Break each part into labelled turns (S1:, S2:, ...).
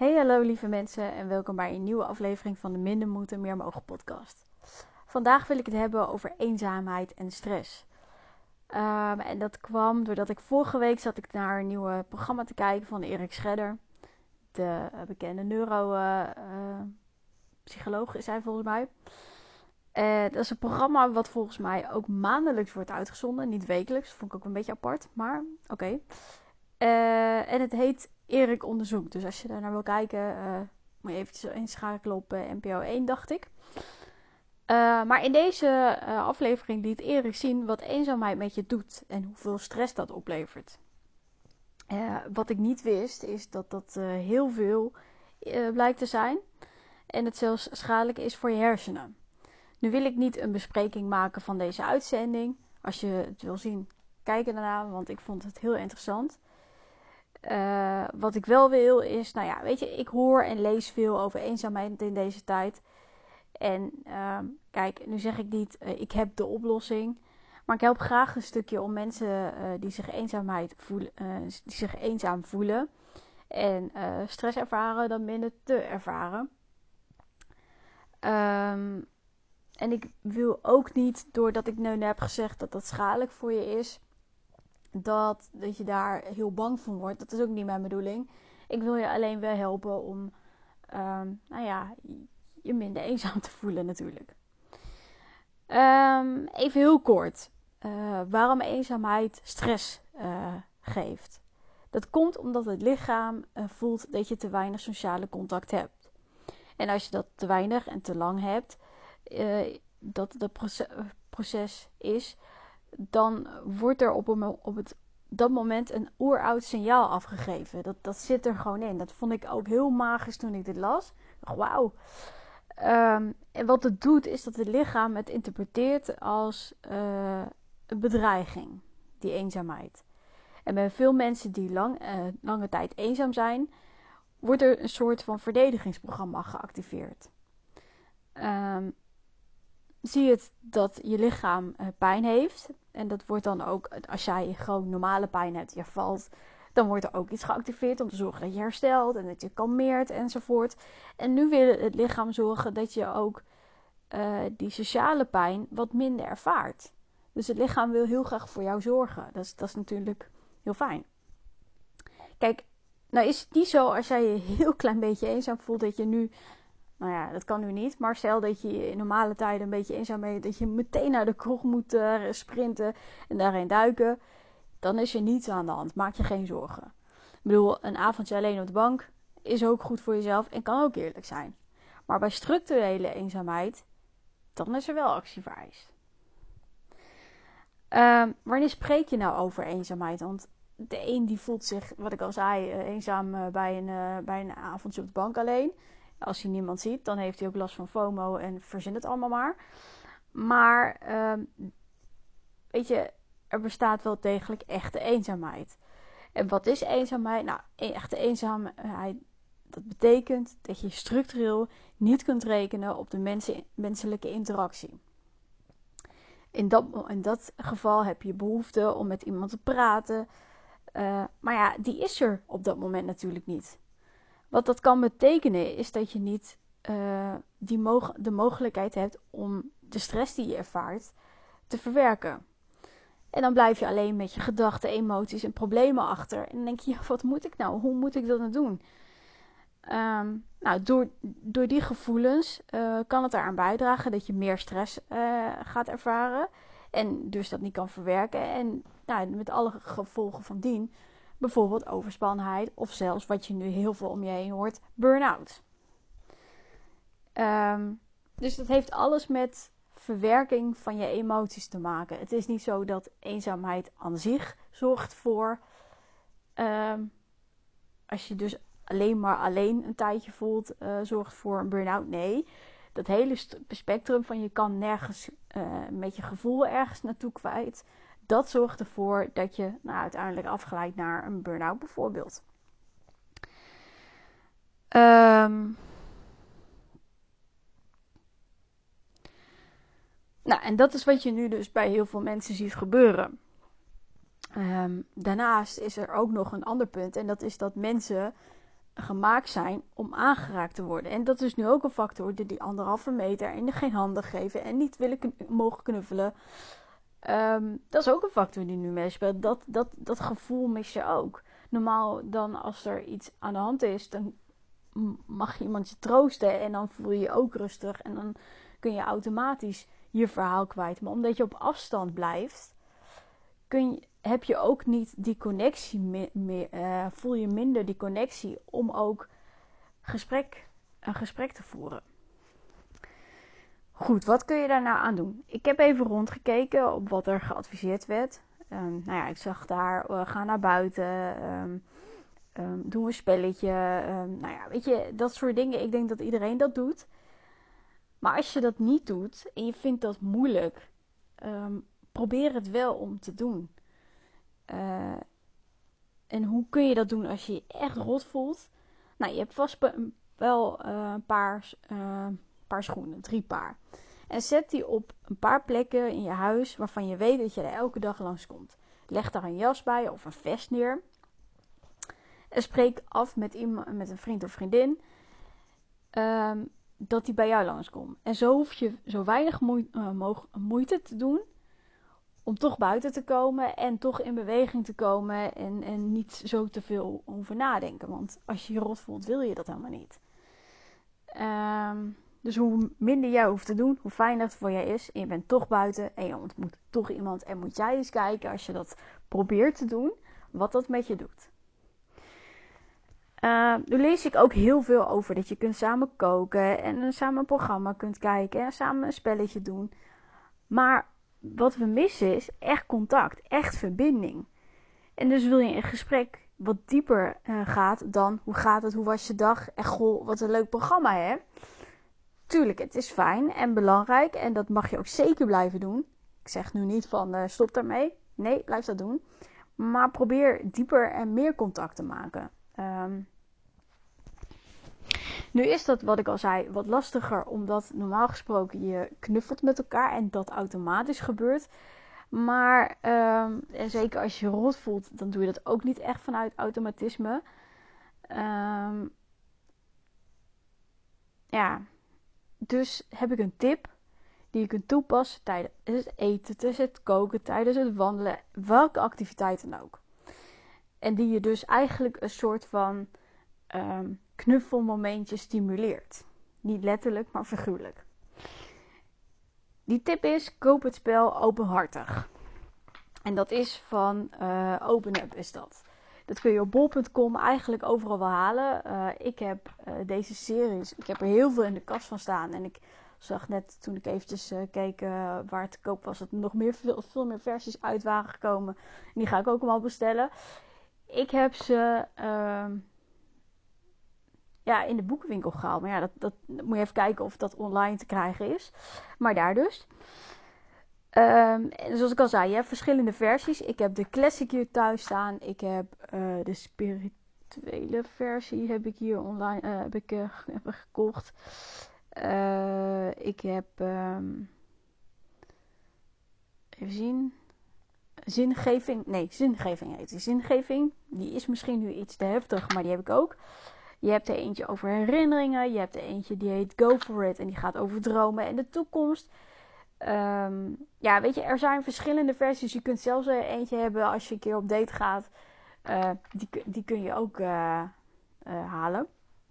S1: Hey, hallo lieve mensen en welkom bij een nieuwe aflevering van de Minder Moeten, Meer Mogen podcast. Vandaag wil ik het hebben over eenzaamheid en stress. En dat kwam doordat ik vorige week zat naar een nieuwe programma te kijken van Erik Schredder. De bekende neuropsycholoog is hij volgens mij. Dat is een programma wat volgens mij ook maandelijks wordt uitgezonden, niet wekelijks. Dat vond ik ook een beetje apart, maar oké. En het heet Erik Onderzoekt. Dus als je daar naar wil kijken, moet je eventjes inschakelen op NPO 1, dacht ik. Maar in deze aflevering liet Erik zien wat eenzaamheid met je doet en hoeveel stress dat oplevert. Wat ik niet wist, is dat dat heel veel blijkt te zijn. En het zelfs schadelijk is voor je hersenen. Nu wil ik niet een bespreking maken van deze uitzending. Als je het wil zien, kijk ernaar, want ik vond het heel interessant. Wat ik wel wil is, nou ja, weet je, ik hoor en lees veel over eenzaamheid in deze tijd. En kijk, nu zeg ik niet, ik heb de oplossing. Maar ik help graag een stukje om mensen die zich eenzaam voelen. En stress ervaren dan minder te ervaren. En ik wil ook niet, doordat ik nu heb gezegd dat dat schadelijk voor je is, dat je daar heel bang van wordt. Dat is ook niet mijn bedoeling. Ik wil je alleen wel helpen om je minder eenzaam te voelen natuurlijk. Even heel kort. Waarom eenzaamheid stress geeft. Dat komt omdat het lichaam voelt dat je te weinig sociale contact hebt. En als je dat te weinig en te lang hebt, dat het proces is, dan wordt er dat moment een oeroud signaal afgegeven. Dat zit er gewoon in. Dat vond ik ook heel magisch toen ik dit las. Wauw. En wat het doet, is dat het lichaam het interpreteert als een bedreiging, die eenzaamheid. En bij veel mensen die lange tijd eenzaam zijn, wordt er een soort van verdedigingsprogramma geactiveerd. Zie je het dat je lichaam pijn heeft. En dat wordt dan ook, als jij gewoon normale pijn hebt, je valt, dan wordt er ook iets geactiveerd om te zorgen dat je herstelt en dat je kalmeert enzovoort. En nu wil het lichaam zorgen dat je ook die sociale pijn wat minder ervaart. Dus het lichaam wil heel graag voor jou zorgen. Dat is natuurlijk heel fijn. Kijk, nou is het niet zo als jij je heel klein beetje eenzaam voelt dat je nu, nou ja, dat kan nu niet, maar stel dat je in normale tijden een beetje eenzaam bent, dat je meteen naar de kroeg moet sprinten en daarheen duiken, dan is er niets aan de hand. Maak je geen zorgen. Ik bedoel, een avondje alleen op de bank is ook goed voor jezelf en kan ook eerlijk zijn. Maar bij structurele eenzaamheid, dan is er wel actie vereist. Wanneer spreek je nou over eenzaamheid? Want de een die voelt zich, wat ik al zei, eenzaam bij een avondje op de bank alleen. Als hij niemand ziet, dan heeft hij ook last van FOMO en verzin het allemaal maar. Maar weet je, er bestaat wel degelijk echte eenzaamheid. En wat is eenzaamheid? Nou, echte eenzaamheid, dat betekent dat je structureel niet kunt rekenen op de menselijke interactie. In dat geval heb je behoefte om met iemand te praten. Maar ja, die is er op dat moment natuurlijk niet. Wat dat kan betekenen is dat je niet de mogelijkheid hebt om de stress die je ervaart te verwerken. En dan blijf je alleen met je gedachten, emoties en problemen achter. En dan denk je, ja, wat moet ik nou? Hoe moet ik dat nou doen? Nou, door die gevoelens kan het eraan bijdragen dat je meer stress gaat ervaren. En dus dat niet kan verwerken. En nou, met alle gevolgen van dien. Bijvoorbeeld overspannenheid of zelfs wat je nu heel veel om je heen hoort, burn-out. Dus dat heeft alles met verwerking van je emoties te maken. Het is niet zo dat eenzaamheid aan zich zorgt voor, als je dus alleen een tijdje voelt, zorgt voor een burn-out. Nee, dat hele spectrum van je kan nergens met je gevoel ergens naartoe kwijt. Dat zorgt ervoor dat je uiteindelijk afglijdt naar een burn-out bijvoorbeeld. Nou, en dat is wat je nu dus bij heel veel mensen ziet gebeuren. Daarnaast is er ook nog een ander punt. En dat is dat mensen gemaakt zijn om aangeraakt te worden. En dat is nu ook een factor, die 1,5 meter en geen handen geven en niet mogen knuffelen. Dat is ook een factor die nu meespeelt. Dat gevoel mis je ook. Normaal dan als er iets aan de hand is, dan mag je iemand je troosten en dan voel je je ook rustig en dan kun je automatisch je verhaal kwijt. Maar omdat je op afstand blijft, heb je ook niet die connectie meer, voel je minder die connectie om ook een gesprek te voeren. Goed, wat kun je daar nou aan doen? Ik heb even rondgekeken op wat er geadviseerd werd. Ik zag daar, ga naar buiten, doe een spelletje. Weet je, dat soort dingen. Ik denk dat iedereen dat doet. Maar als je dat niet doet en je vindt dat moeilijk, probeer het wel om te doen. En hoe kun je dat doen als je je echt rot voelt? Nou, je hebt vast wel een paar schoenen, 3 paar. En zet die op een paar plekken in je huis waarvan je weet dat je er elke dag langskomt. Leg daar een jas bij of een vest neer. En spreek af met een vriend of vriendin dat die bij jou langskomt. En zo hoef je zo weinig moeite te doen om toch buiten te komen en toch in beweging te komen en niet zo te veel over nadenken. Want als je je rot voelt, wil je dat helemaal niet. Dus hoe minder jij hoeft te doen, hoe fijner het voor jij is. En je bent toch buiten en je ontmoet toch iemand. En moet jij eens kijken, als je dat probeert te doen, wat dat met je doet. Nu lees ik ook heel veel over dat je kunt samen koken en samen een programma kunt kijken en samen een spelletje doen. Maar wat we missen is echt contact, echt verbinding. En dus wil je een gesprek wat dieper gaat dan hoe gaat het, hoe was je dag en goh, wat een leuk programma hè. Tuurlijk, het is fijn en belangrijk en dat mag je ook zeker blijven doen. Ik zeg nu niet van stop daarmee. Nee, blijf dat doen. Maar probeer dieper en meer contact te maken. Nu is dat, wat ik al zei, wat lastiger, omdat normaal gesproken je knuffelt met elkaar en dat automatisch gebeurt. Maar en zeker als je je rot voelt, dan doe je dat ook niet echt vanuit automatisme. Dus heb ik een tip die je kunt toepassen tijdens het eten, tijdens het koken, tijdens het wandelen, welke activiteit dan ook. En die je dus eigenlijk een soort van knuffelmomentje stimuleert. Niet letterlijk, maar figuurlijk. Die tip is, koop het spel openhartig. En dat is van OpenUp is dat. Dat kun je op bol.com eigenlijk overal wel halen. Ik heb deze series, ik heb er heel veel in de kast van staan. En ik zag net toen ik eventjes keek waar het te koop was, dat er nog veel meer versies uit waren gekomen. En die ga ik ook allemaal bestellen. Ik heb ze in de boekenwinkel gehaald. Maar ja, dat moet je even kijken of dat online te krijgen is. Maar daar dus. Zoals ik al zei, je hebt verschillende versies. Ik heb de Classic hier thuis staan. Ik heb de spirituele versie heb ik hier online heb gekocht. Ik heb even zien. Zingeving heet die. Zingeving, die is misschien nu iets te heftig, maar die heb ik ook. Je hebt er eentje over herinneringen. Je hebt er eentje die heet Go For It. En die gaat over dromen en de toekomst. Weet je, er zijn verschillende versies. Je kunt zelfs eentje hebben als je een keer op date gaat. Die kun je ook halen.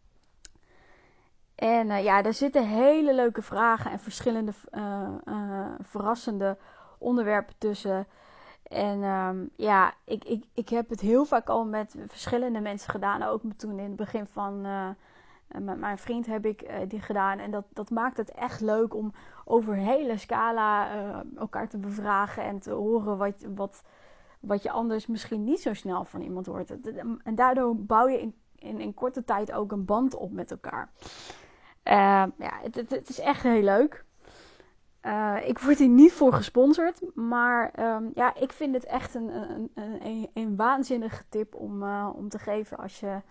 S1: En daar zitten hele leuke vragen en verschillende verrassende onderwerpen tussen. En ik heb het heel vaak al met verschillende mensen gedaan. Ook toen in het begin van met mijn vriend heb ik die gedaan. En dat maakt het echt leuk om over hele scala elkaar te bevragen. En te horen wat je anders misschien niet zo snel van iemand hoort. En daardoor bouw je in korte tijd ook een band op met elkaar. Het is echt heel leuk. Ik word hier niet voor gesponsord. Maar ik vind het echt een waanzinnige tip om te geven als je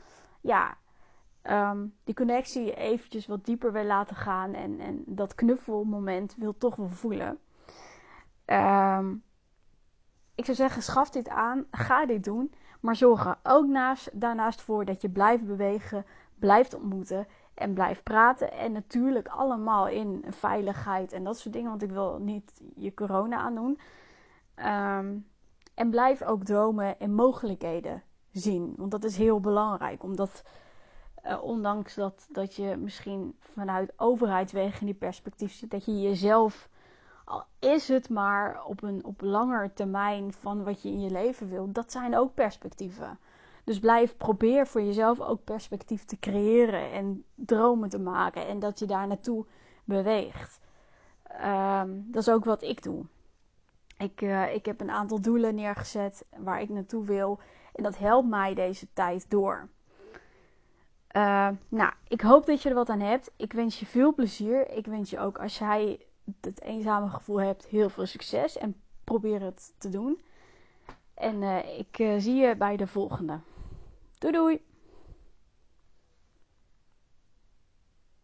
S1: die connectie eventjes wat dieper wil laten gaan. En dat knuffelmoment wil toch wel voelen. Ik zou zeggen, schaf dit aan. Ga dit doen. Maar zorg er ook daarnaast voor dat je blijft bewegen, blijft ontmoeten en blijft praten. En natuurlijk allemaal in veiligheid en dat soort dingen, want ik wil niet je corona aandoen. En blijf ook dromen en mogelijkheden zien. Want dat is heel belangrijk. Omdat ondanks dat je misschien vanuit overheidswegen in die perspectief zit, dat je jezelf, al is het maar op langer termijn van wat je in je leven wilt, dat zijn ook perspectieven. Dus probeer voor jezelf ook perspectief te creëren en dromen te maken en dat je daar naartoe beweegt. Dat is ook wat ik doe. Ik heb een aantal doelen neergezet waar ik naartoe wil en dat helpt mij deze tijd door. Nou, ik hoop dat je er wat aan hebt. Ik wens je veel plezier. Ik wens je ook, als jij het eenzame gevoel hebt, heel veel succes. En probeer het te doen. En ik zie je bij de volgende. Doei doei!